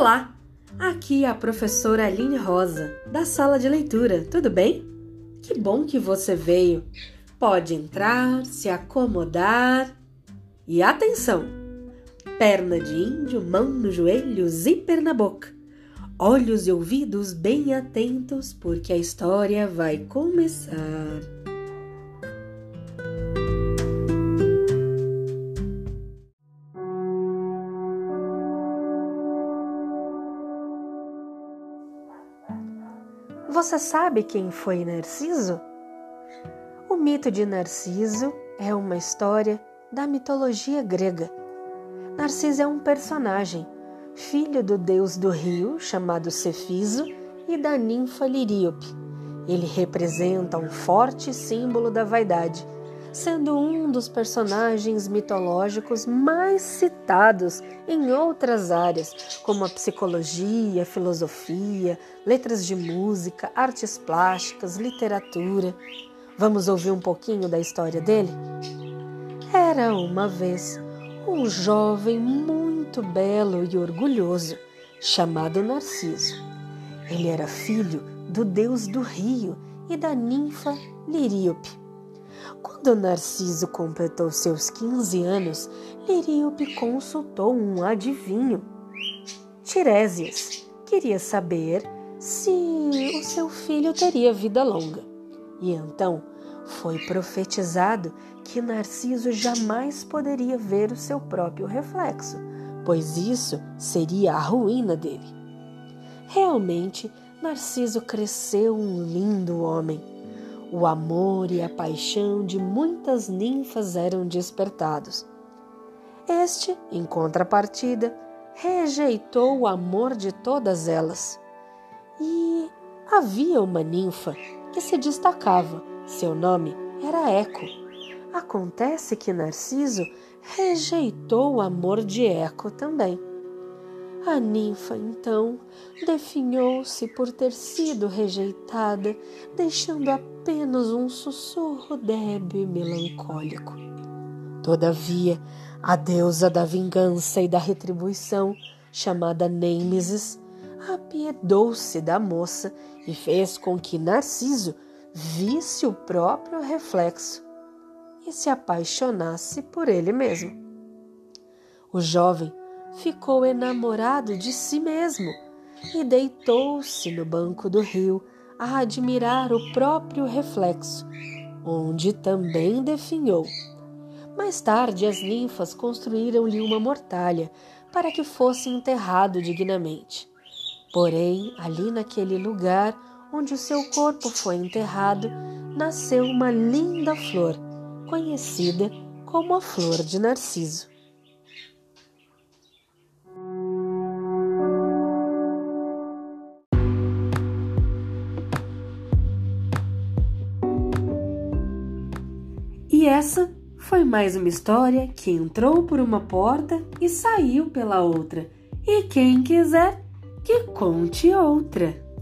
Olá, aqui é a professora Aline Rosa, da sala de leitura, tudo bem? Que bom que você veio. Pode entrar, se acomodar e atenção! Perna de índio, mão no joelho, zíper na boca. Olhos e ouvidos bem atentos, porque a história vai começar. Você sabe quem foi Narciso? O mito de Narciso é uma história da mitologia grega. Narciso é um personagem, filho do deus do rio, chamado Cefiso, e da ninfa Liríope. Ele representa um forte símbolo da vaidade, sendo um dos personagens mitológicos mais citados em outras áreas, como a psicologia, filosofia, letras de música, artes plásticas, literatura. Vamos ouvir um pouquinho da história dele? Era uma vez um jovem muito belo e orgulhoso, chamado Narciso. Ele era filho do deus do rio e da ninfa Liríope. Quando Narciso completou seus 15 anos, Liríope consultou um adivinho. Tiresias queria saber se o seu filho teria vida longa. E então foi profetizado que Narciso jamais poderia ver o seu próprio reflexo, pois isso seria a ruína dele. Realmente, Narciso cresceu um lindo homem. O amor e a paixão de muitas ninfas eram despertados. Este, em contrapartida, rejeitou o amor de todas elas. E havia uma ninfa que se destacava. Seu nome era Eco. Acontece que Narciso rejeitou o amor de Eco também. A ninfa, então, definhou-se por ter sido rejeitada, deixando apenas um sussurro débil e melancólico. Todavia, a deusa da vingança e da retribuição, chamada Nêmesis, apiedou-se da moça e fez com que Narciso visse o próprio reflexo e se apaixonasse por ele mesmo. O jovem ficou enamorado de si mesmo e deitou-se no banco do rio a admirar o próprio reflexo, onde também definhou. Mais tarde, as ninfas construíram-lhe uma mortalha para que fosse enterrado dignamente. Porém, ali naquele lugar onde o seu corpo foi enterrado, nasceu uma linda flor, conhecida como a flor de Narciso. E essa foi mais uma história que entrou por uma porta e saiu pela outra. E quem quiser, que conte outra.